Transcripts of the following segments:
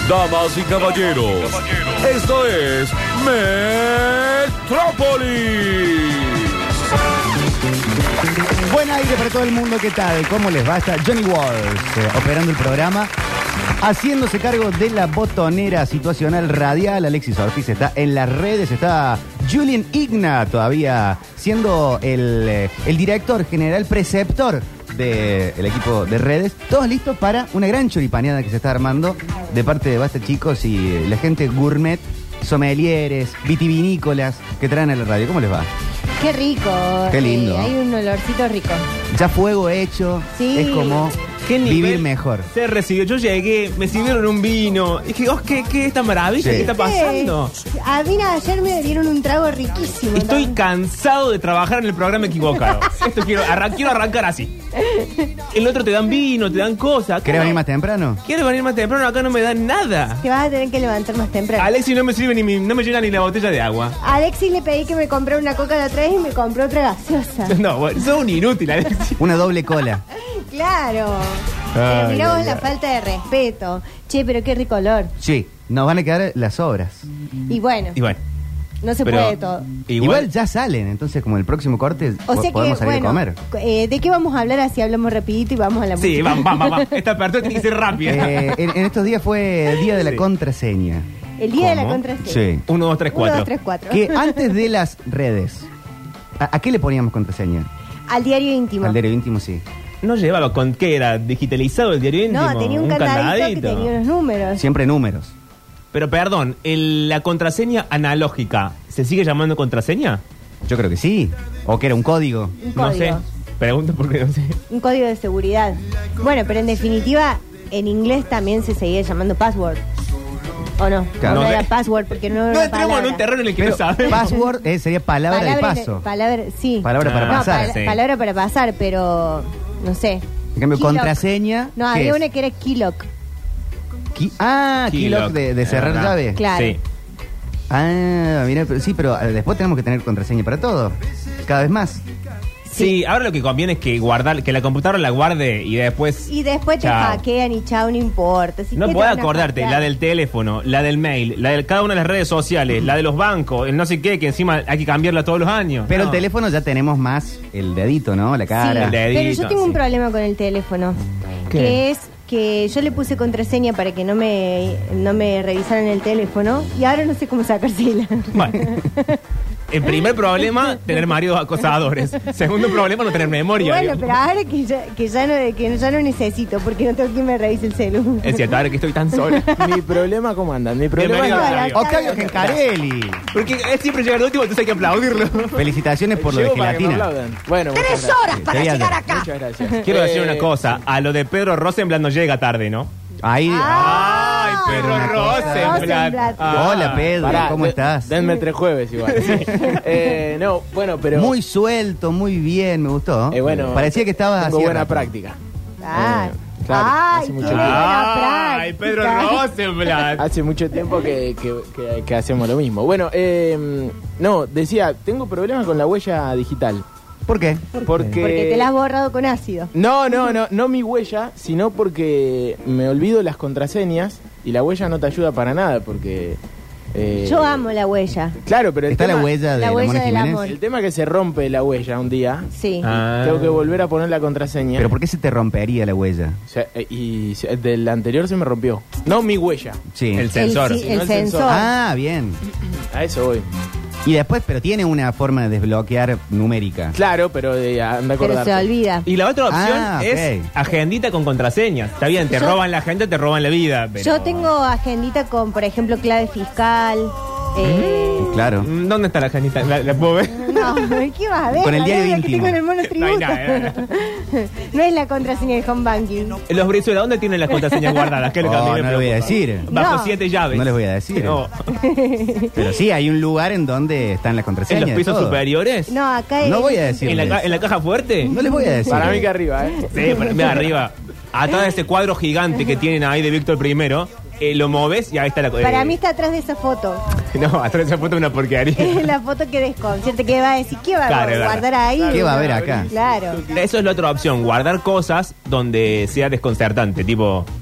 Damas y caballeros, esto es Metrópolis. Buen aire para todo el mundo, ¿qué tal? ¿Cómo les va? Está Johnny Walls operando el programa, haciéndose cargo de la botonera situacional radial. Alexis Ortiz está en las redes, está Julian Igna todavía siendo el director general, preceptor del equipo de redes. Todos listos para una gran choripaneada que se está armando de parte de Basta Chicos y la gente gourmet, sommeliers, vitivinícolas que traen a la radio. ¿Cómo les va? Qué rico. Qué lindo. Hay un olorcito rico. Ya fuego hecho, sí. Es como vivir mejor. Se recibió, yo llegué, me sirvieron un vino. Y dije, ¿qué esta maravilla? Sí. ¿Qué está pasando? A mí ayer me dieron un trago riquísimo. Estoy cansado de trabajar en el programa equivocado. Esto quiero arrancar así. El otro te dan vino, te dan cosas. ¿Querés venir más temprano? Quiero venir más temprano, acá no me dan nada. Te vas a tener que levantar más temprano. Alexis no me sirve no me llena ni la botella de agua. A Alexis le pedí que me comprara una coca de otra vez y me compró otra gaseosa. No, bueno, sos un inútil, Alexis. Una doble cola. Claro. Pero mirá vos la falta de respeto. Che, pero qué rico olor. Sí, nos van a quedar las obras. Y bueno, no se puede todo. Igual ya salen, entonces como el próximo corte O sea podemos que, salir a comer. ¿de qué vamos a hablar así hablamos rapidito y vamos a la música? Sí, vamos. Esta apertura tiene que ser rápida. En estos días fue el día de la contraseña. El día de la ¿Cómo? contraseña. Sí. 1, 2, 3, 4. 1, 2, 3, 4. Que antes de las redes, ¿a qué le poníamos contraseña? Al diario íntimo. Al diario íntimo, sí. No llevaba con qué era digitalizado el diario íntimo. No, tenía un candadito que tenía unos números. Siempre números. Pero perdón, la contraseña analógica, ¿se sigue llamando contraseña? Yo creo que sí. O que era un código. Un No código. sé. Pregunto por qué no sé. Un código de seguridad. Bueno, pero en definitiva, en inglés también se seguía llamando password. ¿O no? Claro. O no No era sé. password porque no era No una entremos en palabra. un terreno en el que Pero no sabemos. password sería palabra de paso. Sí. Palabra para Ah, pasar. sí. Palabra para pasar, pero no sé. En cambio, Keylog. contraseña. No, ¿qué había es? una que era Keylog. Keylog de cerrar verdad. llave. Claro. Sí. Mira, pero sí, pero después tenemos que tener contraseña para todo. Cada vez más. Sí, ahora lo que conviene es que la computadora la guarde y después... Y después te Chao. hackean y chao, no importa. Si No ¿qué te podés van a acordarte, hackear? la del teléfono, la del mail, la de cada una de las redes sociales, la de los bancos, el no sé qué, que encima hay que cambiarla todos los años. Pero No. el teléfono ya tenemos más el dedito, ¿no? La Sí, cara. El dedito, pero yo tengo un sí. problema con el teléfono. ¿Qué? Que es que yo le puse contraseña para que no me revisaran el teléfono y ahora no sé cómo sacársela. Bueno. El primer problema, tener maridos acosadores. Segundo problema, no tener memoria. Bueno, digamos. pero ahora que ya no necesito porque no tengo quien me revise el celular. Es cierto, ahora que estoy tan sola. Mi problema, ¿cómo andan? Mi problema Bienvenido, es Octavio. Octavio Gencarelli. Porque él siempre llega al último, entonces hay que aplaudirlo. Felicitaciones por lo de Llego para que me gelatina. aplaudan. Bueno, muchas 3 gracias. horas para Te voy a llegar dar. acá. Muchas gracias. Quiero decir una cosa, a lo de Pedro Rosenblatt no llega tarde, ¿no? Ahí. Ay, Pedro una Rosenblatt. Rosenblatt. Hola, Pedro. Pará, ¿Cómo estás? Denme 3 jueves igual. No, bueno, pero... Muy suelto, muy bien, me gustó. bueno, Parecía que estabas tengo así buena rápido. práctica. Ah, Claro, ay, hace mucho tiene tiempo. buena Ay, práctica. Pedro Rosenblatt. Hace mucho tiempo que hacemos lo mismo. Bueno, no, decía, tengo problemas con la huella digital. ¿Por qué? Porque te la has borrado con ácido. No mi huella, sino porque me olvido las contraseñas y la huella no te ayuda para nada porque... Yo amo la huella. Claro, pero el Está tema, la huella de la la huella Mona del Jiménez. amor. el tema es que se rompe la huella un día. Sí. Ah. Tengo que volver a poner la contraseña. ¿Pero por qué se te rompería la huella? O sea, del anterior se me rompió. No mi huella. Sí. El sensor. El el sensor. sensor. Ah, bien. A eso voy. Y después, pero tiene una forma de desbloquear numérica. Claro, pero anda a Pero acordarte. se olvida. Y la otra opción Ah, es ok. agendita con contraseñas. Está bien, te Yo- roban la agenda, te roban la vida. Pero... Yo tengo agendita con, por ejemplo, clave fiscal. Claro. ¿Dónde está la agendita? ¿La puedo ver? No, ¿qué vas a ver? Con el diario La que íntimo. tengo en el mono No hay tributo. nada. No es la contraseña de home banking. Los Brizuela, ¿dónde tienen las contraseñas guardadas? ¿Qué es lo que a mí Oh, me no lo voy a preocupa? decir. Bajo No. 7 llaves. No les voy a decir. No. Pero sí, hay un lugar en donde están las ¿En contraseñas. los de pisos todo. superiores? No, acá No voy a decir. ¿En la caja fuerte? No les voy a decir. Para mí que arriba, ¿eh? Sí, mira, arriba. Atrás de ese cuadro gigante que tienen ahí de Víctor I, lo moves y ahí está la... Para mí está atrás de esa foto. No, atrás de esa foto es una porquería. Es la foto que desconcierta. ¿Qué va a decir? ¿Qué va Claro, a es guardar ahí? ¿Qué va a haber acá? Claro. Eso es la otra opción, guardar cosas donde sea desconcertante, tipo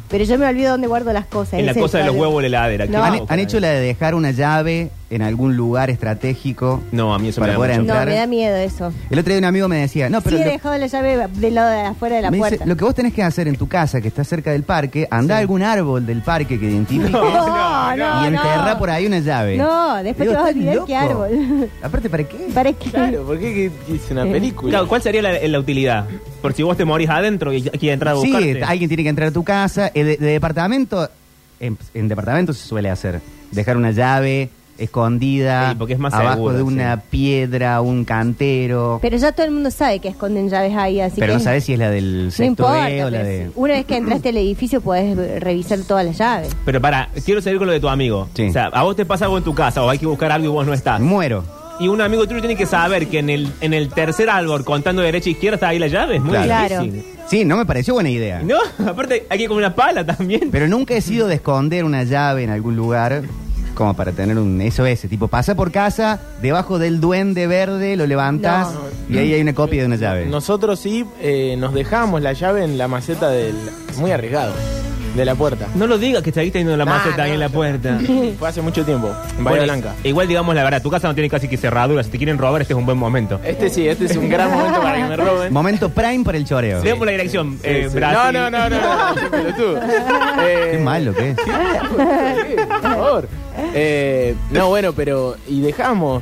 Pero yo me olvido dónde guardo las cosas. En la ese es cosa el de los problema. huevos de la heladera. No. ¿Han hecho la de dejar una llave en algún lugar estratégico? No, a mí eso Para me da poder mucho. entrar. No, me da miedo eso. El otro día un amigo me decía, no, pero Sí, he lo, dejado la llave del lado de afuera de la me dice, puerta. lo que vos tenés que hacer en tu casa, que está cerca del parque, andá a algún árbol del parque que identifique No, y enterrá por ahí una llave. No, después Digo, te vas a ¿estás olvidar loco? qué árbol. Aparte, ¿para qué? ¿Para qué? Claro, porque es una película. Claro, ¿cuál sería la utilidad? Por si vos te morís adentro y aquí entrar a Sí, buscarte. alguien tiene que entrar a tu casa. De departamento, en departamento se suele hacer. Dejar una llave escondida Sí, porque es más abajo seguro, de una sí. piedra, un cantero. Pero ya todo el mundo sabe que esconden llaves ahí, así Pero que... no sabes si es la del No sexto importa, B o la pero de... sí. Una vez que entraste al edificio podés revisar todas las llaves. Pero quiero seguir con lo de tu amigo. Sí. O sea, a vos te pasa algo en tu casa o hay que buscar algo y vos no estás. Muero. Y un amigo tuyo tiene que saber que en el tercer árbol, contando de derecha e izquierda, está ahí la llave. Es muy Claro. difícil. Sí, no me pareció buena idea. No, aparte hay que ir con una pala también. Pero nunca he sido de esconder una llave en algún lugar como para tener un SOS. Tipo, pasa por casa, debajo del duende verde, lo levantás No. y ahí hay una copia de una llave. Nosotros sí nos dejamos la llave en la maceta muy arriesgado, de la puerta. No lo digas que está ahí teniendo la maceta ahí en la puerta. Fue hace mucho tiempo, en Bahía Bueno, Blanca. igual digamos la verdad, tu casa no tiene casi que cerradura. Si te quieren robar, este es un buen momento. Este es un gran momento para que me roben. Momento prime para el choreo. Veamos la dirección. Sí, sí. Brasil. No, qué pelotudo. Qué malo que es. Por favor. No, bueno, pero... Y dejamos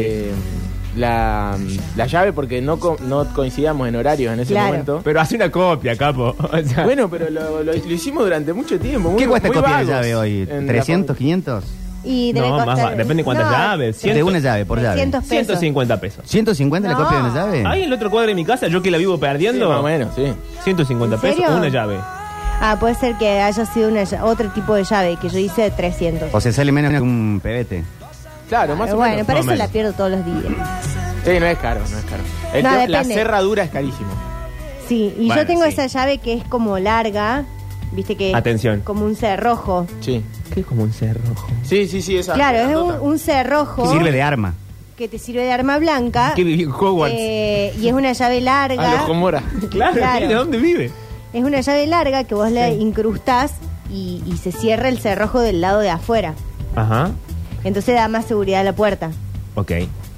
la llave porque no coincidíamos en horarios en ese Claro. momento. Pero hace una copia, capo. O sea, Bueno, pero lo hicimos durante mucho tiempo. ¿Qué muy- cuesta muy copiar vagos llave hoy? en la ¿300, 500? Y debe no, más costar... depende de cuántas llaves. De una llave, por llave. 300 pesos. 150 pesos. ¿150 la No. copia de una llave? Ahí en el otro cuadro de mi casa, yo que la vivo Sí, perdiendo, más o menos, sí. 150 ¿En pesos, serio? una llave. Ah, puede ser que haya sido otro tipo de llave que yo hice de 300. O sea, sale menos que un pebete. Claro, más o Bueno, menos. para más o eso la menos. pierdo todos los días. Sí, no es caro. No, La depende. cerradura es carísimo. Sí, y Bueno, yo tengo sí. esa llave que es como larga, viste que Atención. es como un cerrojo. Sí. ¿Qué es como un cerrojo? Sí, esa. Claro, es grandota. un cerrojo Sirve de arma. que te sirve de arma blanca. ¿Qué viví en Hogwarts? Y es una llave larga. Ah, los Comora. Claro, claro. ¿de dónde vive? Es una llave larga que vos le incrustás y se cierra el cerrojo del lado de afuera. Ajá. Entonces da más seguridad a la puerta. Ok.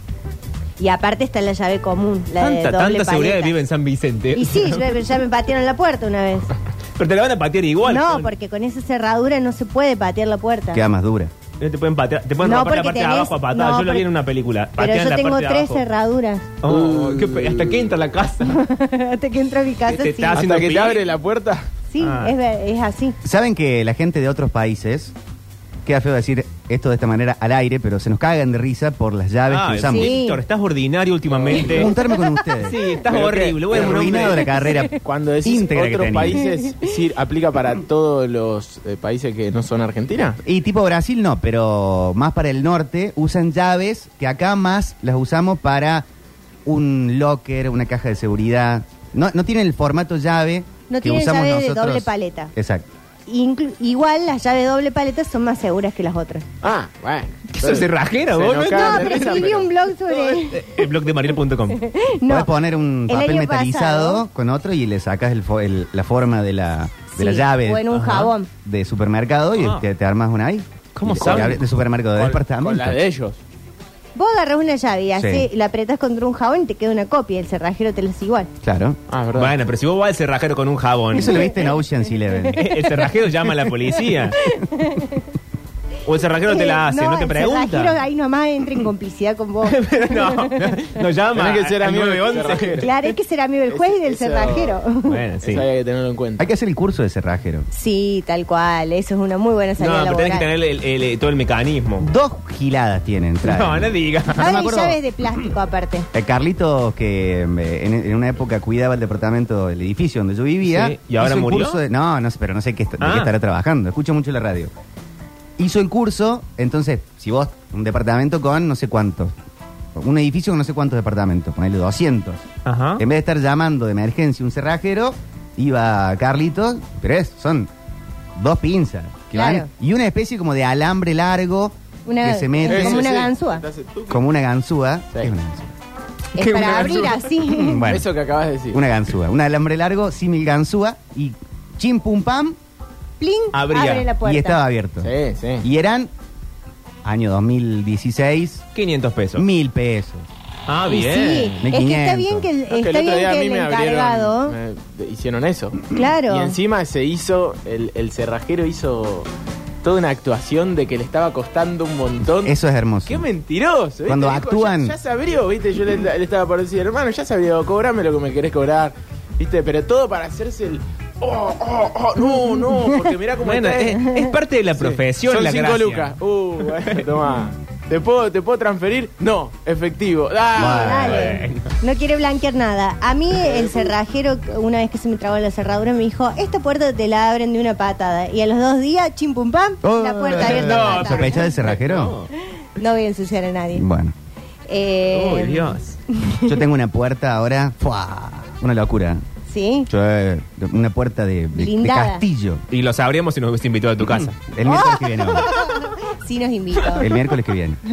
Y aparte está la llave común, la de Tanta doble seguridad paleta. vive en San Vicente. Y sí, ya me patearon la puerta una vez. Pero te la van a patear igual. No, Sol. porque con esa cerradura no se puede patear la puerta. Queda más dura. Te pueden patear, te pueden No, romper la porque parte de tenés- abajo a patadas. no, Yo lo vi en porque- una película. Pero Patean yo la tengo parte de 3 abajo. cerraduras. Oh, hasta que entra a la casa. Hasta que entro a mi casa, Te sí. está haciendo Hasta que te pipí. abre la puerta. Sí, Ah. es así. ¿Saben que la gente de otros países, queda feo decir esto de esta manera al aire, pero se nos cagan de risa por las llaves que usamos? sí. Víctor, estás ordinario últimamente. Juntarme con ustedes. Sí, estás Pero horrible. Bueno, un Arruinado hombre- la carrera Cuando decís íntegra que otros tenía. países, sí, aplica para todos los países que no son Argentina. Y tipo Brasil no, pero más para el norte usan llaves que acá más las usamos para un locker, una caja de seguridad. No tienen el formato llave No que tienen usamos llave de nosotros. doble paleta. Exacto. Igual las llaves de doble paleta son más seguras que las otras. Ah, bueno. ¿Qué sos cerrajera, Se vos? nos No, cagan No, de pero risa, escribí un blog sobre... El blog de Mariel.com. No, Podés poner un el papel año metalizado pasado- con otro y le sacas la forma de la Sí, llave o en un Ajá. jabón. de supermercado y Ah. te armas una ahí. ¿Cómo Y saben? de supermercado, de Con departamento. la de ellos. Vos agarrás una llave y así, Sí. la apretás contra un jabón y te queda una copia. El cerrajero te lo hace igual. Claro. Ah, verdad. Bueno, pero si vos vas al cerrajero con un jabón. Eso lo viste en Ocean's Eleven. El cerrajero llama a la policía. O el cerrajero te la hace, no te el cerrajero pregunta. ahí nomás entra en complicidad con vos. No llama. Tenés que ser al amigo del 911. cerrajero. Claro, hay que ser amigo del juez y del Eso- cerrajero. Bueno, sí. Eso había que tenerlo en cuenta. Hay que hacer el curso de cerrajero. Sí, tal cual. Eso es una muy buena No, salida pero laboral. tenés que tener todo el mecanismo. 2 giladas tienen. traen. No, no digas. no me Hay acuerdo. llaves de plástico aparte. Carlitos, que en una época cuidaba el departamento, el edificio donde yo vivía. Sí, ¿y ahora hizo el murió? curso no sé, pero no sé de qué Ah. estará trabajando. Escucho mucho la radio. Hizo el curso, entonces, si vos, un departamento con no sé cuántos, un edificio con no sé cuántos departamentos, ponele 200. Ajá. En vez de estar llamando de emergencia un cerrajero, iba Carlitos, pero son 2 pinzas. Que Claro. van, y una especie como de alambre largo que se mete como una ganzúa. Te hace tuc. como una ganzúa. Sí. ¿Qué es una ganzúa? Es ¿Qué, para una abrir ganzúa? así. Bueno, Eso que acabas de decir. una ganzúa. Un alambre largo, símil ganzúa y chim pum pam, pling, Abría. abre la puerta. Y estaba abierto. Sí, sí. Y eran, año 2016, 500 pesos. 1.000 pesos. Ah, Y bien. sí, es que está 1500. bien que el, No, que está el otro bien día a que mí el me encargado. abrieron, hicieron eso. Claro. Y encima se hizo, el cerrajero hizo toda una actuación de que le estaba costando un montón. Eso es hermoso. Qué mentiroso. ¿viste? Cuando Dijo, actúan- Ya se abrió, ¿viste? Yo le estaba por decir, hermano, ya se abrió, cobrame lo que me querés cobrar. ¿Viste? Pero todo para hacerse el. No, porque mirá cómo Bueno, está. es parte de la profesión, Son la 5 gracia. lucas. Bueno, tomá. ¿Te puedo transferir? No, efectivo. Dale. No quiere blanquear nada. A mí el cerrajero, una vez que se me trabó la cerradura, me dijo, esta puerta te la abren de una patada. Y a los 2 días, chim pum pam, la puerta abierta. no, a pata. ¿Sospecha del cerrajero? No voy a ensuciar a nadie. Bueno, Uy, Dios. yo tengo una puerta ahora, ¡fua! Una locura. ¿Sí? Una puerta de Blindada. castillo. Y lo sabríamos si nos hubiese invitado a tu casa. El miércoles que viene. Sí nos invitó. El miércoles que viene.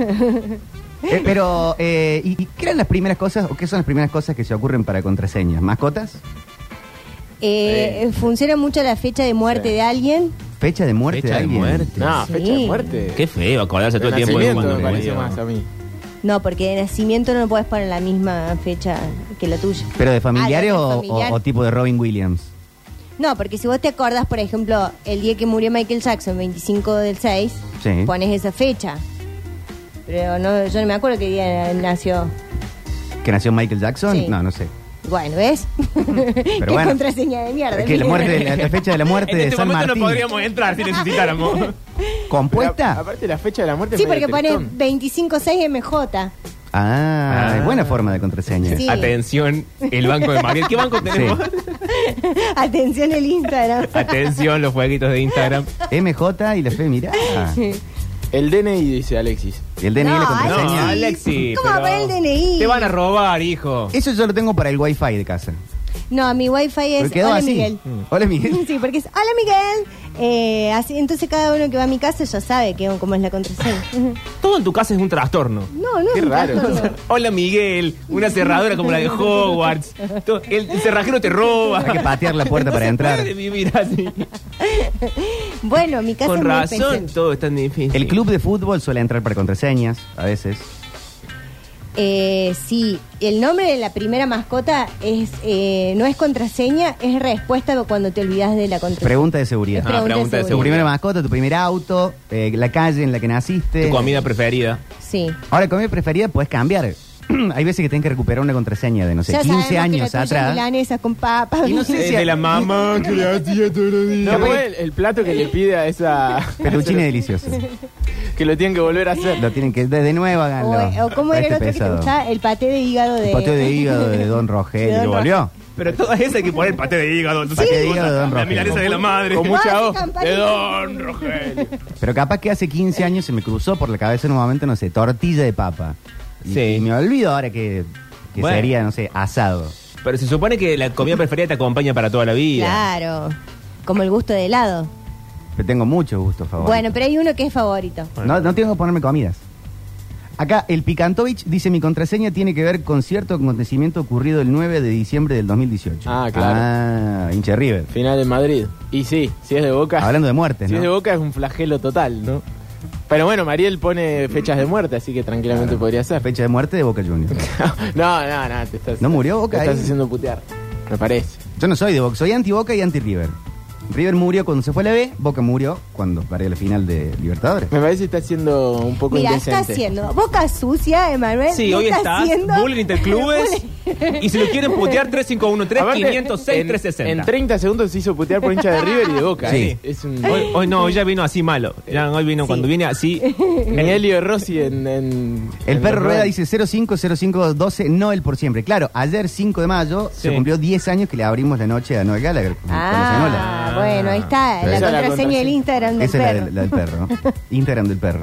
Pero, ¿y qué eran las primeras cosas o qué son las primeras cosas que se ocurren para contraseñas? ¿Mascotas? Funciona mucho la fecha de muerte Sí. de alguien. ¿Fecha de muerte Fecha de de alguien? muerte. No, Sí. fecha de muerte. Qué feo acordarse todo el tiempo de Nacimiento cuando me parece murió. más a mí. No, porque de nacimiento no puedes poner la misma fecha que la tuya. ¿Pero de familiares Ah, de o, familiar. o tipo de Robin Williams? No, porque si vos te acordás, por ejemplo, el día que murió Michael Jackson, 25 del 6, Sí. pones esa fecha. Pero no, yo no me acuerdo qué día nació. ¿Que nació Michael Jackson? Sí. No sé. Bueno, ¿ves? Qué bueno. contraseña de mierda. Es que la fecha de la muerte En de este San momento Martín. no podríamos entrar si necesitáramos. ¿Compuesta? Pero, aparte la fecha de la muerte Sí, es medio porque pone tristón. 25-6 MJ. Ah, es buena forma de contraseña. Sí. Atención, el banco de Mariel. ¿Qué banco tenemos? Atención el Instagram. Atención, los jueguitos de Instagram. MJ y la fe, mirá. El DNI, dice Alexis. Y el DNI No, la No, contraseña. Alexi. ¿Cómo va a poner el DNI? Te van a robar, hijo. Eso yo lo tengo para el wifi de casa. No, mi wifi es Porque quedó Hola así. Miguel. Hola Miguel. Sí, porque es Hola Miguel. Así, entonces cada uno que va a mi casa ya sabe cómo es la contraseña. Todo en tu casa es un trastorno. No, no Qué es un raro. trastorno. Hola Miguel, una cerradura como la de Hogwarts. El cerrajero te roba. Hay que patear la puerta No para se entrar. puede vivir así. Bueno, mi casa Con es muy razón, especial. todo es tan difícil. El club de fútbol suele entrar para contraseñas, a veces. Sí, el nombre de la primera mascota es no es contraseña, es respuesta cuando te olvidas de la contraseña. Pregunta de seguridad. Ah, pregunta de Tu seguridad. primera mascota, tu primer auto, la calle en la que naciste. Tu comida preferida. Sí. Ahora, comida preferida puedes cambiar. Hay veces que tenés que recuperar una contraseña de, no sé, Ya 15 sabemos que años la tuya es atrás. milanesa con papas. Y no sé Es si de la mamá que le hacía todos los días. No, fue el plato que le pide a esa. Peluchine delicioso. Que lo tienen que volver a hacer. Lo tienen que, de nuevo háganlo. O cómo era el otro que te gustaba, el paté de hígado de... El pateo de hígado de Don Rogelio. De Don ¿Lo volvió? Pero todas esas hay que poner paté de hígado. Entonces, Paté de hígado de Don La Rogelio. milanesa de la madre. Con mucha Ay, voz. campanita. De Don Rogelio. Pero capaz que hace 15 años se me cruzó por la cabeza en un momento, no sé, tortilla de papa. Y, Sí. y me olvido ahora que Bueno. sería, no sé, asado. Pero se supone que la comida preferida te acompaña para toda la vida. Claro, como el gusto de helado. Pero tengo muchos gustos favoritos. Bueno, pero hay uno que es favorito. No tengo que ponerme comidas. Acá, el Picantovich dice: mi contraseña tiene que ver con cierto acontecimiento ocurrido el 9 de diciembre del 2018. Ah, claro. Ah, hincha de River. Final de Madrid. Y sí, si es de Boca. Hablando de muertes, Si es de ¿no? Boca es un flagelo total, ¿no? Pero bueno, Mariel pone fechas de muerte, así que tranquilamente podría ser. Fecha de muerte de Boca Juniors. No, te estás. ¿No murió Boca Te estás ahí? haciendo putear. Me parece. Yo no soy de Boca, soy anti-Boca y anti-River. River murió cuando se fue a la B, Boca murió cuando perdió la final de Libertadores. Me parece que está siendo un poco Mira, indecente. está haciendo boca sucia, Emanuel. Sí, ¿qué hoy estás haciendo? bullying interclubes. Y si lo quieren putear, 351-3506-360. En 30 segundos se hizo putear por hincha de River y de Boca. Sí. Es un... Hoy no, hoy ya vino así malo. Ya hoy vino, Sí. cuando viene así. Ni Elio Rossi en El perro los Rueda 90. dice 050512, no el por siempre. Claro, ayer 5 de mayo se Sí. cumplió 10 años que le abrimos la noche a Noel Gallagher. con la señora. Bueno, ahí está, Pero la esa es la contraseña del contraseña. Instagram del Esa es perro. la del perro. Instagram del perro.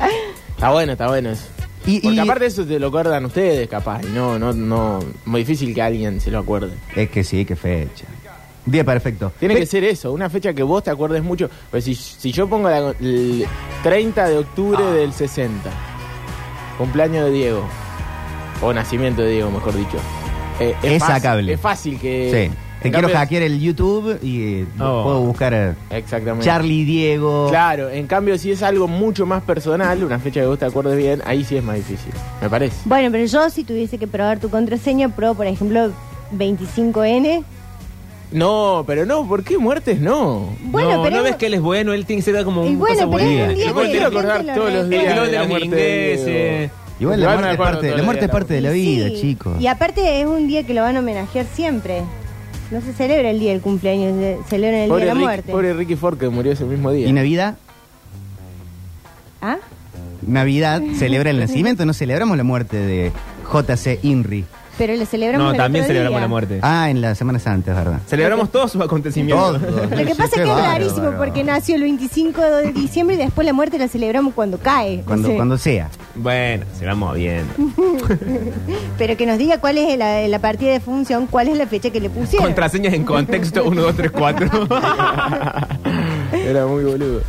Está bueno eso. Y- Porque y- aparte eso te lo acuerdan ustedes, capaz. Y no. Muy difícil que alguien se lo acuerde. Es que sí, qué fecha. Día perfecto. Tiene que ser eso, una fecha que vos te acuerdes mucho. Pues si yo pongo el 30 de octubre del 60, cumpleaños de Diego, o nacimiento de Diego, mejor dicho. Es fácil, sacable. Es fácil que Te quiero hackear el YouTube y puedo buscar Exactamente. Charlie Diego. Claro, en cambio, si es algo mucho más personal, una fecha que vos te acuerdes bien, ahí sí es más difícil, me parece. Bueno, pero yo si tuviese que probar tu contraseña, pruebo, por ejemplo, 25N. No, pero no, ¿por qué muertes no? Bueno, no, pero ¿no ves que él es bueno? Él tiene que ser como Y un bueno, cosa pero buena. es un día Yo me que quiero la acordar gente todos lo los re- días El de de la los muerte de ingleses. Diego. Igual Igual la me acuerdo todos los muerte es días. parte de la vida, Sí. chicos. Y aparte es un día que lo van a homenajear siempre. No se celebra el día del cumpleaños, se celebra el día de la muerte. Pobre Ricky Ford que murió ese mismo día. ¿Y Navidad? ¿Ah? Navidad celebra el nacimiento, no celebramos la muerte de J.C. Inri. Pero lo celebramos No, el también otro celebramos día. la muerte. Ah, en la Semana Santa, es verdad. Celebramos todos sus acontecimientos. Todos. Lo que pasa es que es rarísimo porque nació el 25 de diciembre y después la muerte la celebramos cuando cae. Cuando, No sé. cuando sea. Bueno, se va moviendo. Pero que nos diga cuál es la partida de función, cuál es la fecha que le pusieron. Contraseñas en contexto 1, 2, 3, 4. Era muy boludo.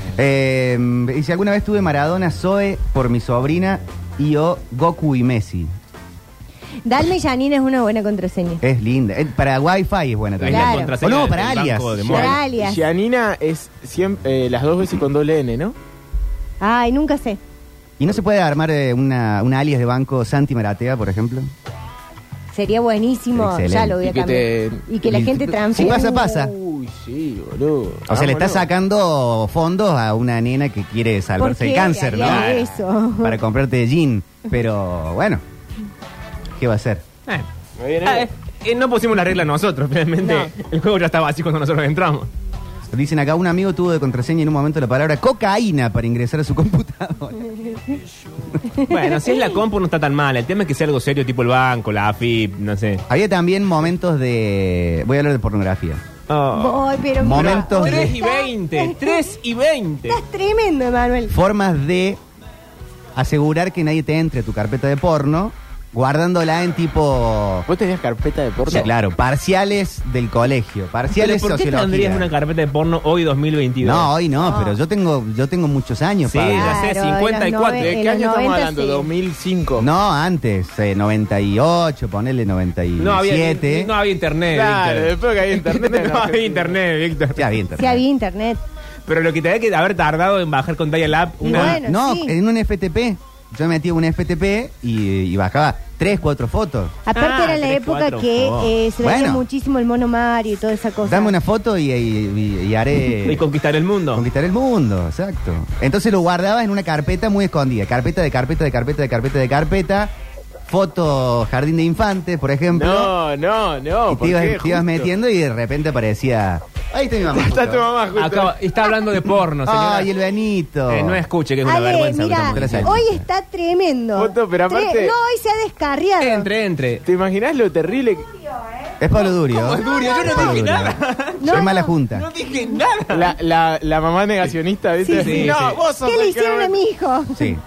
Y si alguna vez tuve Maradona, Zoe por mi sobrina y o Goku y Messi. Dalma y Janina es una buena contraseña. Es linda. Para Wi-Fi es buena también. Claro. O no, para alias. Para alias. Gianina es siempre, las dos veces con doble N, ¿no? Ay, nunca sé. ¿Y no se puede armar una alias de banco Santi Maratea, por ejemplo? Sería buenísimo. Excelente. Ya lo voy a Y que cambiar. te- Y que la y- gente si transfiera. pasa. Uy, sí, boludo. O sea, le está Vámonos. sacando fondos a una nena que quiere salvarse ¿Por del qué cáncer, ¿no? haría eso? Para comprarte gin. Pero bueno, ¿qué va a hacer? Me viene bien. No pusimos la regla nosotros, realmente. No. El juego ya estaba así cuando nosotros entramos. Dicen acá, un amigo tuvo de contraseña en un momento la palabra cocaína para ingresar a su computadora. Bueno, si es la compu no está tan mal. El tema es que sea algo serio, tipo el banco, la AFIP, no sé. Había también momentos de... Voy a hablar de pornografía. Oh. Ay, pero Momentos mira, de- 3 y 20, 3 y 20. Estás tremendo, Emanuel. Formas de asegurar que nadie te entre a tu carpeta de porno, guardándola en tipo... ¿Vos tenías carpeta de porno? Sí, claro, parciales del colegio, parciales ¿Pero por qué sociología. tendrías una carpeta de porno hoy 2022? No, hoy no, pero yo tengo muchos años, Sí, Pablo. ya sé, Claro, 54. en ¿De los qué año 90 estamos hablando? sí. 2005. No, antes, 98, ponele 97. No había internet, Claro, Víctor. después que hay internet. No había internet, Víctor. Ya había internet. Sí, había internet. Pero lo que te había que haber tardado en bajar con Dial-Up Y una... bueno, No, sí. en un FTP. Yo metía un FTP y bajaba 3, 4 fotos. Aparte era la 3, época 4. que se veía Bueno. muchísimo el mono Mario y toda esa cosa. Dame una foto y haré... Y conquistar el mundo. Conquistar el mundo, exacto. Entonces lo guardabas en una carpeta muy escondida. Carpeta de carpeta de carpeta de carpeta de carpeta. Foto jardín de infantes, por ejemplo. No. y ¿por te ibas, qué? te ibas Justo. metiendo y de repente aparecía... Ahí está mi mamá. Está tu mamá justo. Está hablando de porno, señora. Ay, el Benito. No escuche, que es una Ale, vergüenza. lo que mira, estamos diciendo. hoy está tremendo. Foto, pero aparte- No, hoy se ha descarriado. Entre. ¿Te imaginás lo terrible? Es Pablo Durio. ¿Cómo es Durio? Yo no Pablo dije Durio. nada. No, es mala no. junta. No dije nada. La mamá negacionista, ¿viste? Sí, sí. No, Sí. vos sos ¿Qué le el que hicieron no a mi hijo? Sí.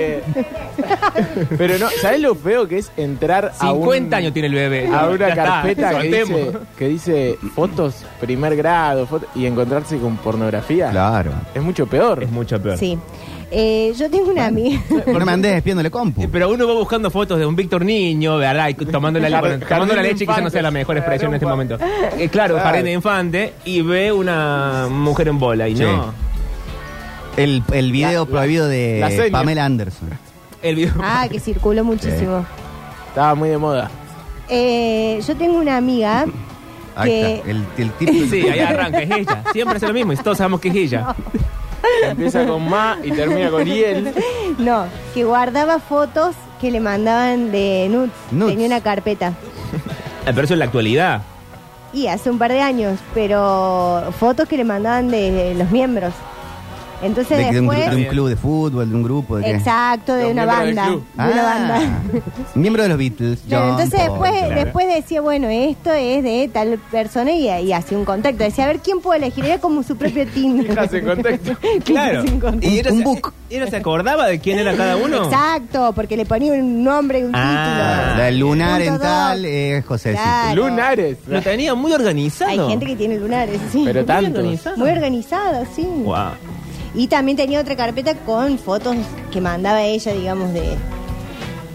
Pero no, ¿sabés lo feo que es entrar a 50 años tiene el bebé. a una Ya está, carpeta soltemos. que dice fotos primer grado y encontrarse con pornografía? Claro. Es mucho peor. Es mucho peor. Sí. Yo tengo una amiga. No me andes espiándole compu. Pero uno va buscando fotos de un Víctor Niño, ¿verdad? Y tomando la, Jardín tomando la de leche, quizás no sea la mejor infantes. expresión en este momento. Claro, Claro. jardín de infante, y ve una mujer en bola, y Sí. no. El video prohibido la de seña. Pamela Anderson. El video. Ah, que circuló muchísimo. Estaba muy de moda. Yo tengo una amiga Ahí que está. El tipo. Sí, ahí arranca, es ella. Siempre hace lo mismo, y todos sabemos que es ella. Empieza con Ma y termina con Iel. no, que guardaba fotos que le mandaban de nudes. Nudes. Tenía una carpeta. Pero eso en la actualidad. Y hace un par de años, pero fotos que le mandaban de los miembros. Entonces De un después... club de fútbol, de un grupo. ¿De qué? Exacto, de Los una miembros del banda. club. De una banda. Miembro de los Beatles. Claro, John entonces Paul, después, claro. después decía, bueno, esto es de tal persona y hacía un contacto. Decía, a ver, ¿quién puede elegir? Era como su propio Tinder. Fijas en contexto. Claro. Sin contacto. ¿Y Un book. ¿Ella se acordaba de quién era cada uno? Exacto, porque le ponía un nombre y un Ah. título. La lunar en Punto tal doc. es José. Claro. Lunares. Lo tenía muy organizado. Hay gente que tiene lunares, sí. Pero tanto. Muy organizada, sí. Wow. Y también tenía otra carpeta con fotos que mandaba ella, digamos,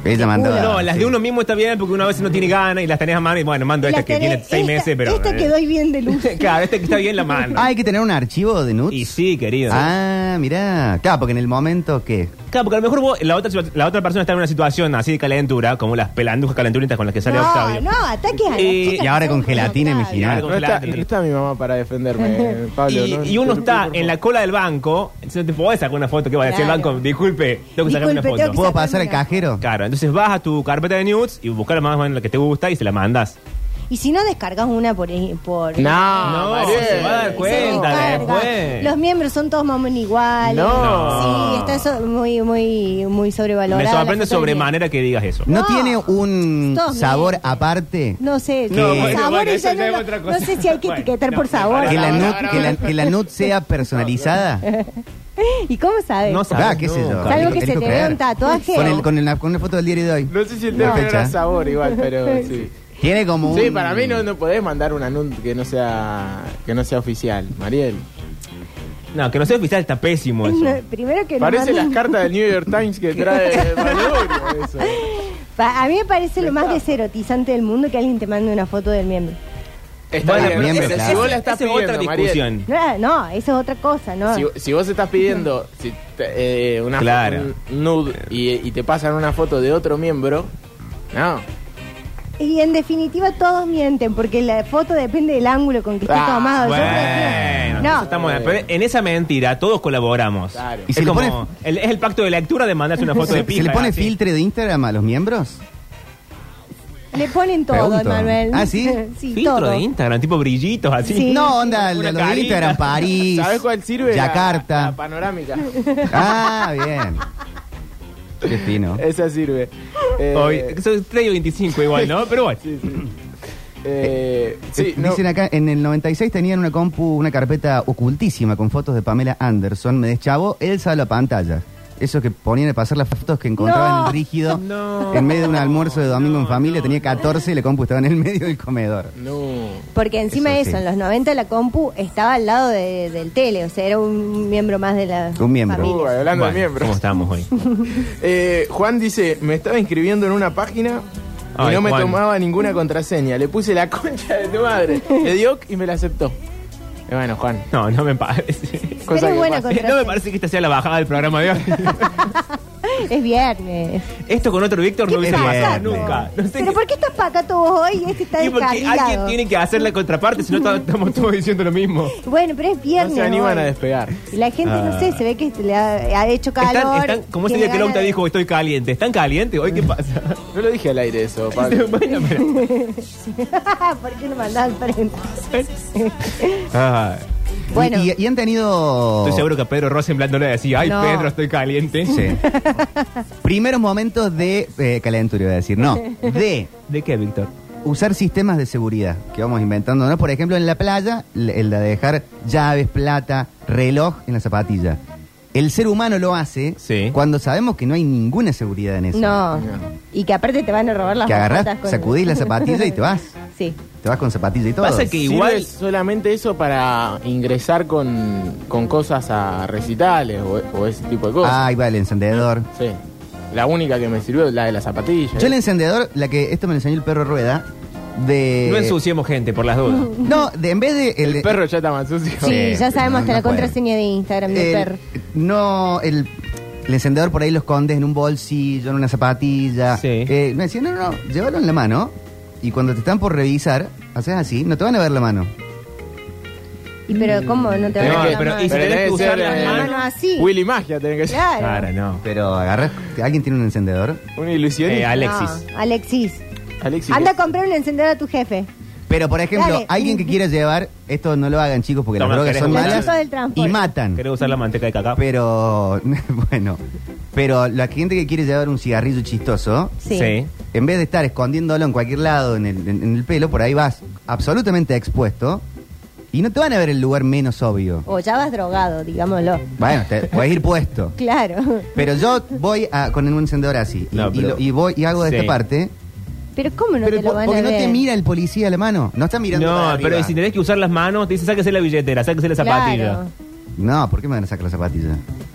Ella mandaba. No, las de uno mismo está bien porque una vez no tiene ganas y las tenés a mano y bueno, mando esta que tiene 6 meses, pero... Esta que doy bien de luz. Claro, esta que está bien la mano. Ah, hay que tener un archivo de nudes. Y sí, querido. Ah, mirá. Claro, porque en el momento que... Claro, porque a lo mejor vos, la otra persona está en una situación así de calentura, como las pelandujas calenturitas con las que sale Octavio. No, ataques a las chicas Y ahora que con son gelatina, Octavio. imagínate. No está mi mamá para defenderme, Pablo. ¿no? Y uno está en la cola del banco, entonces te podés sacar una foto que va a decir el Claro. banco, disculpe, tengo que sacarme una Disculpe, foto. tengo que ¿Puedo pasar al cajero? Claro, entonces vas a tu carpeta de nudes y buscar más o menos la que te gusta y se la mandas. Y si no descargas una por No, Mariel. se va a dar Se cuenta descarga. después. Los miembros son todos más o menos iguales. No. Sí, está eso muy sobrevalorado. Me la sorprende foto del sobremanera que digas eso. ¿No No. tiene un Todos sabor mienten. aparte? No sé, No, bueno, sabores eso ya ya es no, otra cosa. no sé si hay que Bueno, etiquetar no, por sabor. Que la, Ahora, nude, ahora, que, la, que la nude sea personalizada. ¿Y cómo sabes? No sabes Ah, qué sé yo. nunca. Salvo que se Elijo te creer. vea un tatuaje. Con una foto del diario de hoy. No sé si el No. término era Fecha. sabor igual, pero sí. Tiene como un... Sí, para mí no podés mandar una nude que no sea oficial, Mariel. No, que no sea oficial está pésimo eso. Primero que nos Parece las manden- cartas del New York Times que trae Valorio, eso. A mí me parece lo más deserotizante del mundo que alguien te mande una foto del miembro. Está Bueno, bien, miembro, ese- claro. si vos la estás Esa es otra pidiendo, Mariel, discusión. No, eso es otra cosa, ¿no? si vos estás pidiendo una Claro. un nude y te pasan una foto de otro miembro, no. Y en definitiva todos mienten, porque la foto depende del ángulo con que esté Ah, tomado. Yo Bueno, prefiero- entonces no, estamos, pero en esa mentira todos colaboramos. Claro. ¿Y Es se le como pone- es el pacto de lectura de mandarse una foto de pija. ¿Se le pone así. filtro de Instagram a los miembros? le ponen todo, Pregunto. Emanuel. ¿Ah, sí? Sí, Filtro todo. de Instagram, tipo brillitos así. Sí. No, onda, Una los de carita. Instagram, París, ¿Sabes cuál sirve? Yakarta. La panorámica. Ah, bien. Qué fino. Esa sirve. Hoy, soy 3:25 igual, ¿no? Pero bueno. Sí, sí. Sí, no. Dicen acá, en el 96 tenían una compu, una carpeta ocultísima con fotos de Pamela Anderson. Me deschavó Elsa a la pantalla. Eso que ponían a pasar las fotos que encontraban en el rígido No. en medio de un almuerzo de domingo en familia. Tenía 14 y la compu estaba en el medio del comedor. No. Porque encima de Eso eso, sí. en los 90 la compu estaba al lado del tele, o sea, era un miembro más de la Un miembro. familia. Hablando Bueno, de miembros. ¿cómo estamos hoy? Juan dice, me estaba inscribiendo en una página y Ay, no me Juan. tomaba ninguna contraseña. Le puse la concha de tu madre. Le dio y me la aceptó. Bueno, Juan. No, no me parece. Cosa es que buena pasa. contraseña. No me parece que esta sea la bajada del programa de hoy. Es viernes. Esto con otro Víctor no ¿Qué hubiese pasa? pasado nunca. No sé ¿Pero qué- por qué estás pacato vos hoy y este está Y porque alguien descarrilado? tiene que hacer la contraparte, si no estamos todos diciendo lo mismo. Bueno, pero es No viernes se animan hoy. a despegar. Y la gente, no sé, se ve que le ha hecho calor. Como ese tiene día que Lauta ganas de- dijo, estoy caliente. ¿Están calientes? ¿Hoy qué pasa? No lo dije al aire eso, Pablo. Bueno, pero- ¿Por qué no mandás al frente? Ah, Bueno. Y han tenido... estoy seguro que a Pedro Rosenblatt no le decía, ay, No. Pedro, estoy caliente. Sí. Primeros momentos de calentura, iba a decir. No, de ¿De qué, Víctor? usar sistemas de seguridad que vamos inventando, ¿no? Por ejemplo, en la playa, el de dejar llaves, plata, reloj en la zapatilla. El ser humano lo hace Sí. cuando sabemos que no hay ninguna seguridad en eso. No. Y que aparte te van a robar las Que agarrás, botas con- sacudís la zapatilla y te vas. Sí. Te vas con zapatilla y todo. Pasa que igual... ¿Sirve solamente eso para ingresar con cosas a recitales o ese tipo de cosas? Ah, ahí va el encendedor. Sí. La única que me sirvió es la de las zapatillas. Yo el encendedor, esto me lo enseñó el perro Rueda, de... No ensuciemos gente, por las dudas. No, de en vez de... El perro ya está más sucio. Sí, ya sabemos hasta no la puede. contraseña de Instagram del perro. No, el encendedor por ahí lo escondes en un bolsillo, en una zapatilla. Sí. Me decían, no, llévalo en la mano. Y cuando te están por revisar, haces así, no te van a ver la mano. ¿Y pero cómo? No te No, van a dar la pero mano? y si tenés debe que usar ser, las La manos... mano así. Willy Magia tiene que ser. Claro. Claro, no. Pero agarras, ¿alguien tiene un encendedor? Un ilusionista. Alexis. No, Alexis. Alexis. Anda a comprar un encendedor a tu jefe. Pero, por ejemplo, Dale. alguien que quiera llevar, esto no lo hagan, chicos, porque Toma, las drogas ¿querés son usar? malas Los chicos del transporte. y matan. ¿Querés usar la manteca de cacao? Pero, bueno, pero la gente que quiere llevar un cigarrillo chistoso, Sí. en vez de estar escondiéndolo en cualquier lado en el pelo, por ahí vas absolutamente expuesto y no te van a ver el lugar menos obvio. O ya vas drogado, digámoslo. Bueno, te puedes ir puesto. Claro. Pero yo voy con un encendedor así y, No, pero- y voy y hago de Sí. esta parte. Pero ¿cómo no pero te lo van a porque ver? no te mira el policía a la mano. No está mirando para No, arriba. pero si tenés que usar las manos, te dice, sáquese la billetera, sáquese la zapatilla. Claro. No, ¿por qué me van a sacar la zapatilla?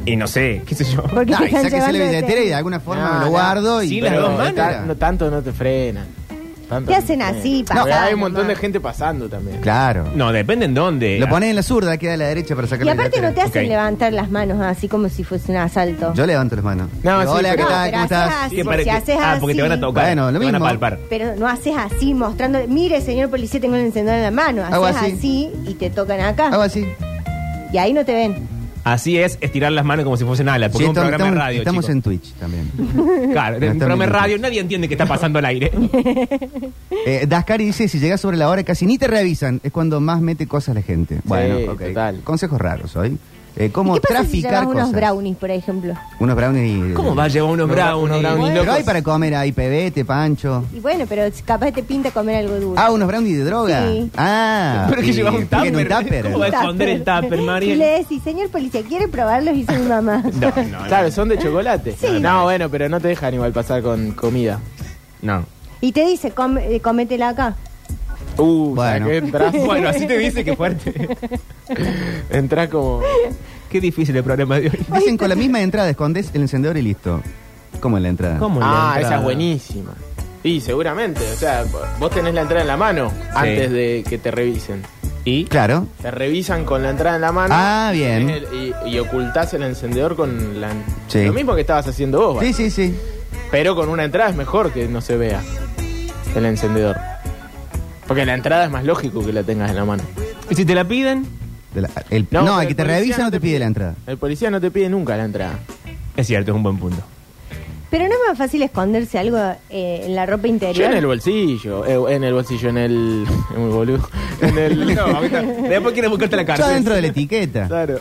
Y no sé, qué sé yo. Porque te Y están sáquese la llevando billetera y de de alguna forma No, me lo no. guardo. Sí, y las pero dos manos. billetera. No, tanto no te frenan. Tanto Te no hacen frenan. así, Porque pasar hay un montón de nomás. gente pasando también. Claro. No, depende en dónde. Lo pones en la zurda, queda a la derecha para sacar Y la aparte no te billetera. hacen Ok. levantar las manos así como si fuese un asalto. Yo levanto las manos. No, Digo, sí, hola, ¿qué pero- tal? pero ¿Cómo haces estás? así. Que porque que- haces porque te van a así. tocar. Bueno, lo te van a mismo. palpar. Pero no haces así mostrando, mire señor policía, tengo el encendedor en la mano. Hago Haces así. así y te tocan acá. Hago así. Y ahí no te ven. Así es estirar las manos como si fuesen alas, porque Sí, es un programa de radio, estamos chicos. en Twitch también. Claro, en No, un programa de estamos en radio nadie entiende que está pasando al aire. Dascari dice, si llegas sobre la hora casi ni te revisan. Es cuando más mete cosas la gente. Bueno, ok. total. Consejos raros hoy. ¿Y ¿Cómo qué pasa si traficar llevas cosas? unos brownies, por ejemplo? Unos brownies. ¿Cómo va a llevar unos brownies? unos brownies Pero locos. hay para comer, hay pebete, pancho. Y bueno, pero capaz te pinta comer algo dulce. Ah, unos brownies de droga. Sí. Ah. Pero que y- llevas un ¿por qué en tupper. tupper? ¿Cómo va a esconder el tupper, Y Mariel? le decís, señor policía, ¿quiere probarlos? Hizo mi mamá. No, no, Claro, son de chocolate. Sí. No, bueno, pero no te dejan igual pasar con comida. no. Y te dice, cométela acá. Bueno. Ya que entras, Bueno, así te dice que fuerte. entras como... Qué difícil el programa de hoy. Dicen con la misma entrada, escondes el encendedor y listo. ¿Cómo en la entrada? ¿Cómo la Ah, esa entrada? es buenísima. Sí, seguramente. O sea, vos tenés la entrada en la mano antes de que te revisen. ¿Y? Claro. Te revisan con la entrada en la mano. Ah, bien. Y ocultás el encendedor con la... Sí. Lo mismo que estabas haciendo vos, Sí, ¿vale? sí, sí. Pero con una entrada es mejor que no se vea el encendedor. Porque la entrada es más lógico que la tengas en la mano. ¿Y si te la piden? No, pero el que te policía revisa no te pide la entrada. El policía no te pide nunca la entrada. Es cierto, es un buen punto. Pero no es más fácil esconderse algo en la ropa Yo interior. en el bolsillo, en el boludo. En el... No, ahorita- después quieres buscarte la Yo cárcel. dentro de la etiqueta. Claro,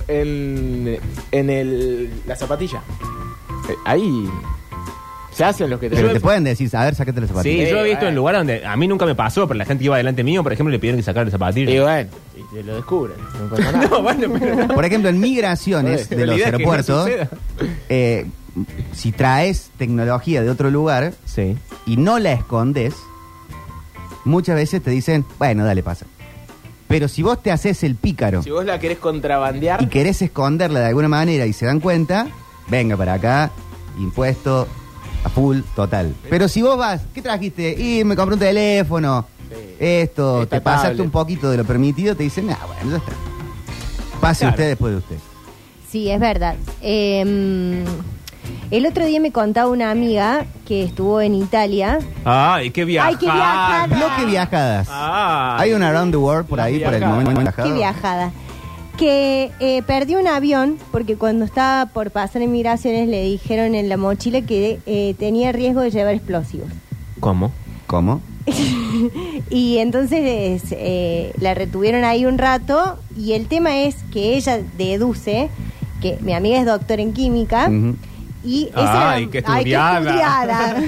la zapatilla. Ahí se hacen los que te... Pero te pueden decir, a ver, sácate la Sí, zapatilla. yo he visto bueno. en lugares donde a mí nunca me pasó, pero la gente que iba delante mío, por ejemplo, le pidieron que sacara el zapatillo. Y bueno, y te lo descubren. No pasa nada. No, bueno, pero no. Por ejemplo, en migraciones Pero de la los idea es que no aeropuertos, suceda. si traes tecnología de otro lugar Sí. y no la escondes, muchas veces te dicen, bueno, dale, pasa. Pero si vos te haces el pícaro Si vos la querés contrabandear, y querés esconderla de alguna manera y se dan cuenta, venga para acá, impuesto a full, total. Pero si vos vas, ¿qué trajiste? Y me compré un teléfono, Sí. esto, Esta te pasaste tablet. un poquito de lo permitido, te dicen, bueno, ya está. Pase Claro. usted después de usted. Sí, es verdad. El otro día me contaba una amiga que estuvo en Italia. Ay, qué viajada. Ay, qué viajada. Bloque viajadas. Ah. Hay un Around the World por Las ahí, por el viajadas. momento viajado. Qué viajada. Que perdió un avión porque cuando estaba por pasar en migraciones le dijeron en la mochila que tenía riesgo de llevar explosivos. ¿Cómo? ¿Cómo? Y entonces la retuvieron ahí un rato y el tema es que ella deduce que mi amiga es doctora en química Ujú. y Ay, qué estudiada.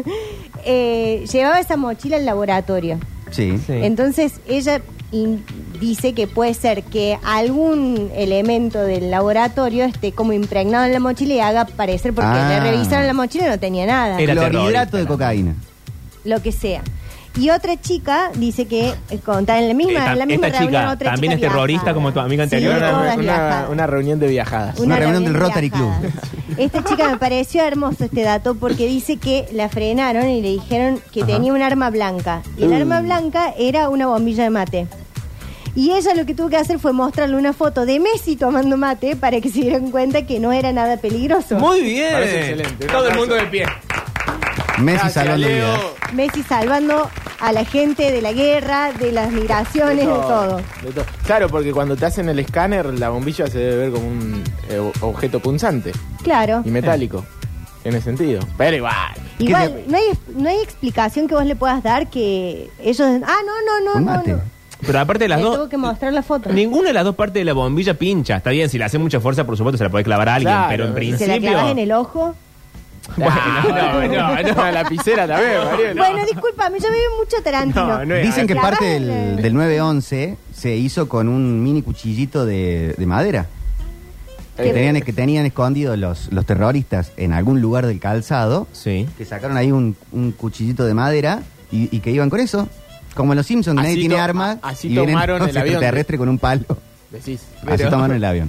llevaba esa mochila al laboratorio. Sí. Sí. Entonces ella dice que puede ser que algún elemento del laboratorio esté como impregnado en la mochila y haga parecer, porque Ah. le revisaron la mochila y no tenía nada, Era Clorhidrato terrorista, de ¿no? cocaína. lo que sea. Y otra chica dice que está en la misma, en la misma esta reunión, chica otra también chica es terrorista viajada. como tu amiga Sí, anterior. todas viajadas. una reunión de viajadas. Una reunión del Rotary Club. Esta chica me pareció hermoso este dato porque dice que la frenaron y le dijeron que tenía un arma blanca. Y el arma blanca era una bombilla de mate. Y ella lo que tuvo que hacer fue mostrarle una foto de Messi tomando mate para que se dieran cuenta que no era nada peligroso. Muy bien. Parece excelente. Un Todo el aplauso. mundo de pie. Messi Gracias, salvando Leo. vidas. Messi salvando a la gente de la guerra, de las migraciones, de todo. De todo. Claro, porque cuando te hacen el escáner, la bombilla se debe ver como un objeto punzante Claro. y metálico. Tiene sentido. Pero igual. Igual, no hay explicación que vos le puedas dar que ellos... Ah, no, Un no, mate. no. Pero aparte de las Le dos, tuvo que mostrar la foto. ninguna de las dos partes de la bombilla pincha. Está bien, si le hace mucha fuerza, por supuesto, se la puede clavar a alguien, Claro. pero en Se principio... la clavas en el ojo. Bueno, no. La lapicera también, Mariel. Bueno, discúlpame, yo veo mucho Tarantino. No, no es- Dicen que Clavas parte en el- del 911 se hizo con un mini cuchillito de madera. Que tenían escondidos los terroristas en algún lugar del calzado. Sí. Que sisacaron ahí un cuchillito de madera y que iban con eso. Como en los Simpsons, Así nadie tiene to- armas. así y vienen tomaron los el avión. extraterrestres con un palo. Decís. Así tomaron el avión.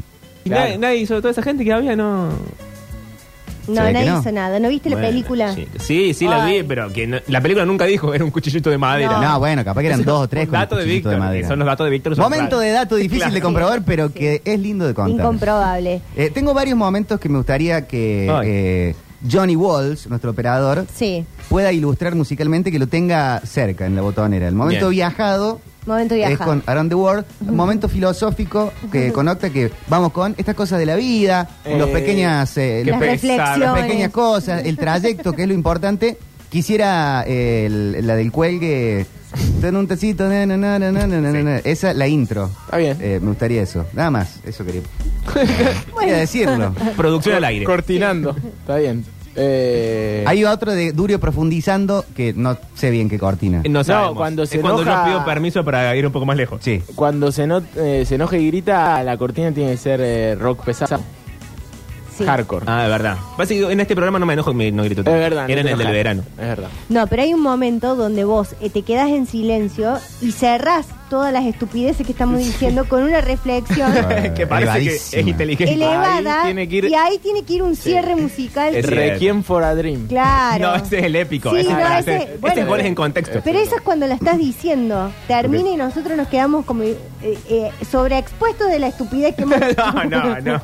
Y Claro. nadie hizo, toda esa gente que había, no. No, Se ve que nadie no. hizo nada. ¿No viste la Bueno, película? Sí, la Ay. vi, pero que la película nunca dijo era un cuchillito de madera. No, bueno, capaz que eran 2 o 3 con Datos de cuchillito Víctor, madera. que son los datos de Víctor. son Momento raros. de dato difícil Claro. de comprobar, pero Sí. que es lindo de contar. Incomprobable. Tengo varios momentos que me gustaría que Johnny Walls, nuestro operador, Sí. pueda ilustrar musicalmente, que lo tenga cerca en la botonera. El momento Bien. viajado Momento es viajado. con Around the World. Momento filosófico que conecta, que vamos con estas cosas de la vida, los pequeñas, qué Las pesar, reflexiones. las pequeñas cosas, el trayecto, que es lo importante. Quisiera la del cuelgue. Ten un tecito, esa, la intro. Está bien. Me gustaría eso. Nada más, eso quería. Quería decirlo. Producción al aire. Cortinando. Está bien. Hay otro de Durio profundizando que no sé bien qué cortina. No sabemos. cuando Es se cuando enoja- yo pido permiso para ir un poco más lejos. Sí. Cuando se enoja y grita, la cortina tiene que ser rock pesado. Sí. Hardcore. Ah, de verdad. Pasa que en este programa no me enojo y no grito Es tanto. verdad. Era en no el te del enojas. verano. Es verdad. No, pero hay un momento donde vos te quedás en silencio y cerrás todas las estupideces que estamos diciendo con una reflexión Que parece que es Elevadísima. inteligente. elevada. Ahí tiene que ir- Y ahí tiene que ir un cierre musical. Es cierto. Requiem for a Dream. Claro. No, ese es el épico. Sí, ese es no, para ese- hacer. bueno, Este gol es en contexto. Pero eso es cuando la estás diciendo. Termina y nosotros nos quedamos como sobreexpuestos de la estupidez que hemos dicho. No.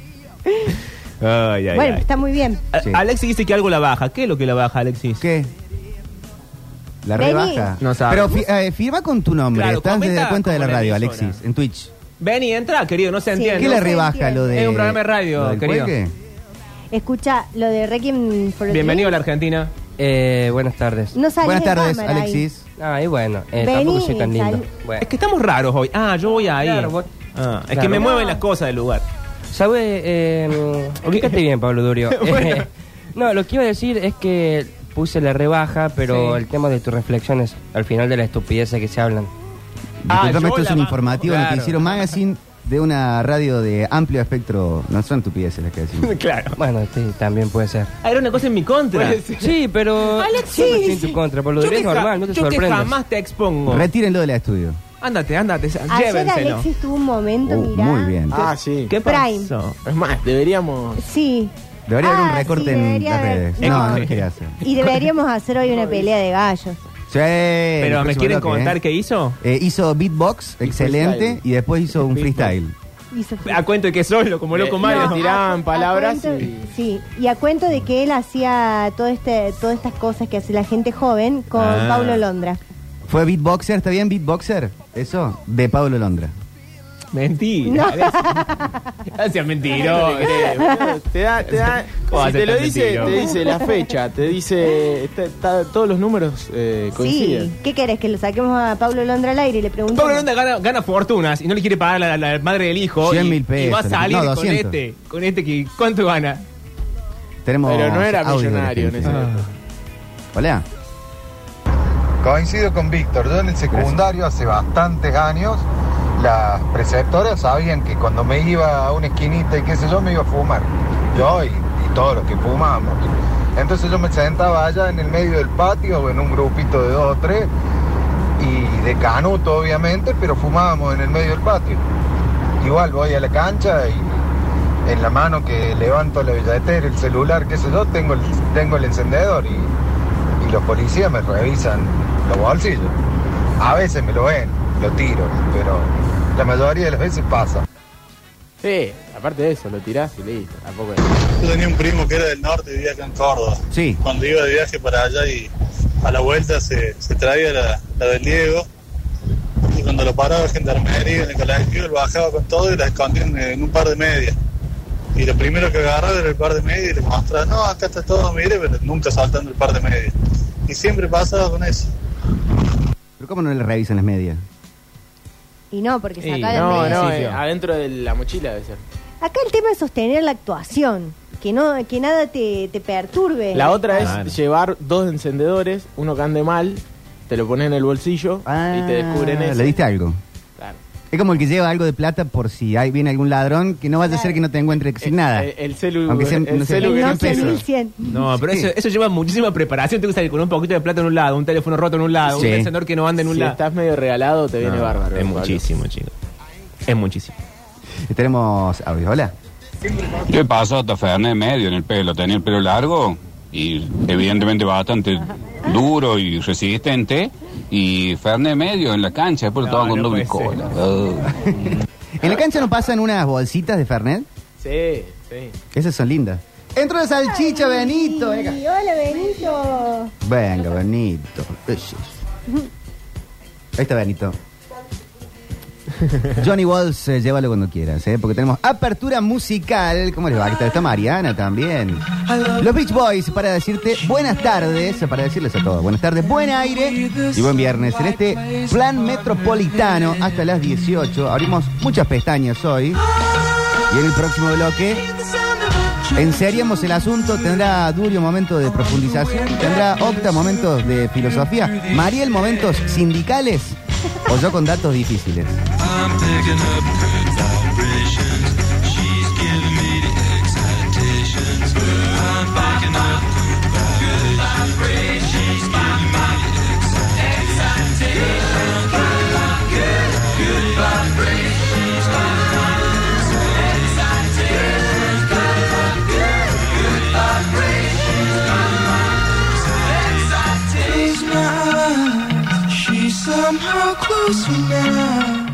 Ay, ay, Bueno, ay. está muy bien. Sí. Alexis dice que algo la baja. ¿Qué es lo que la baja, Alexis? ¿Qué? La Vení. rebaja. No sabe. Pero firma con tu nombre. Claro, Estás desde la comenta cuenta de la como la radio, emisora. Alexis, en Twitch. Ven y entra, querido, no se Sí. entiende. ¿Qué no le se rebaja entiende. lo de...? Es un programa de radio, lo del querido. cuelgue? Escucha, lo de Requiem for a Bienvenido a la Dream, Argentina. Buenas tardes. no salís Buenas de tardes, cámara ahí. Alexis. Ah, y bueno, Vení tampoco soy tan y lindo. sal- Bueno. Es que estamos raros hoy. Ah, yo voy ahí. Claro, vos- Es que claro. me No. mueven las cosas del lugar. ¿Sabe? Ubícate bien, Pablo Durio. Bueno. No, lo que iba a decir es que puse la rebaja, pero Sí. el tema de tus reflexiones al final de la estupidez que se hablan. Disculpame, yo esto es la un bajo, informativo claro. noticiero magazine de una radio de amplio espectro. No son estupideces las que decimos. Claro. Bueno, sí, también puede ser. Ah, era una cosa en mi contra. Puede ser. Sí, pero Alexis. siempre estoy en tu contra, Pablo Yo Durio. que Es normal, no te yo que sorprendas. jamás te expongo. Retírenlo del estudio. Ándate, Ayer llévenselo. Alexis tuvo un momento, mirá. Muy bien. Ah, sí. ¿Qué Prime. pasó? Es más, deberíamos... Sí. Debería haber un Ah, recorte sí, en debería las haber. redes. No. No, no lo quería hacer. Y deberíamos hacer hoy una pelea de gallos. Sí, el Pero ¿me próximo quieren bloque, contar ¿eh? qué hizo? Hizo beatbox, excelente, freestyle. y después hizo un Beatbox. freestyle. Hizo- A cuento de que solo, como loco Le- Mario. no. tiraban a palabras cuento- y- Sí, y a cuento de que él hacía todas estas cosas que hace la gente joven con Ah. Paulo Londra. ¿Fue beatboxer? ¿Está bien beatboxer? Eso, de Pablo Londra. Mentira. Gracias, mentiroso. Te da, ¿Cómo si hace te lo tan dice, mentiroso? te dice la fecha, te dice, todos los números coinciden. Sí, ¿qué querés? Que lo saquemos a Paulo Londra al aire y le preguntemos. Pablo Londra gana fortunas y no le quiere pagar a la madre del hijo. 100.000 y va a pesos. salir No, con 200. con este que ¿cuánto gana? Tenemos Pero no era audio de la millonario en gente. ese momento. Hola. Coincido con Víctor, yo en el secundario hace bastantes años, las preceptoras sabían que cuando me iba a una esquinita y qué sé yo, me iba a fumar. Yo y todos los que fumábamos. Entonces yo me sentaba allá en el medio del patio, o en un grupito de 2 o 3, y de canuto obviamente, pero fumábamos en el medio del patio. Igual voy a la cancha y en la mano que levanto la billetera, el celular, qué sé yo, tengo el encendedor y los policías me revisan los bolsillos. A veces me lo ven, lo tiro, pero la mayoría de las veces pasa. Sí, aparte de eso, lo tirás y listo. Tampoco es. Yo tenía un primo que era del norte y vivía acá en Córdoba. Sí. Cuando iba de viaje para allá y a la vuelta se traía la del Diego. Y cuando lo paraba la gendarmería en el colectivo, él bajaba con todo y la escondía en un par de medias. Y lo primero que agarraba era el par de medias y le mostraba, no, acá está todo, mire, pero nunca saltando el par de medias. Y siempre pasaba con eso. ¿Pero cómo no le revisan las medias? Y no, porque Sí, saca No, de no, Sí, adentro de la mochila debe ser. Acá el tema es sostener la actuación, que nada te perturbe. La otra es Claro. llevar 2 encendedores, uno que ande mal, te lo pones en el bolsillo y te descubren eso. ¿Le diste algo? Claro. Es como el que lleva algo de plata por si viene algún ladrón, que no vaya a ser que no te encuentre sin nada. El celu, Aunque sea, no el sé, celu El que no Nokia pesos. 1100. No, pero Sí. eso lleva muchísima preparación. Tengo que salir con un poquito de plata en un lado, un teléfono roto en un lado, Sí. un encendedor que no anda en un si lado. estás medio regalado te viene No, bárbaro. Es Pablo. muchísimo, chicos. Es muchísimo. Tenemos audio, hola. ¿Qué pasa? Hasta Fernet medio en el pelo. Tenía el pelo largo y evidentemente bastante duro y resistente. Y Fernet medio en la cancha, después lo toman con doble cola. ¿En la cancha no pasan unas bolsitas de Fernet? Sí. Esas son lindas. Entró la salchicha, Benito. Ay, hola, Benito. Venga, Benito. Ahí está Benito. Johnny Walls, llévalo cuando quieras, porque tenemos apertura musical. ¿Cómo les va? Está Mariana también. Los Beach Boys, para decirte buenas tardes, para decirles a todos, buenas tardes, buen aire y buen viernes. En este plan metropolitano hasta las 18, abrimos muchas pestañas hoy. Y en el próximo bloque enseriamos el asunto. Tendrá Durio momentos de profundización, tendrá Octa momentos de filosofía, Mariel momentos sindicales, o yo con datos difíciles. Somehow close me now.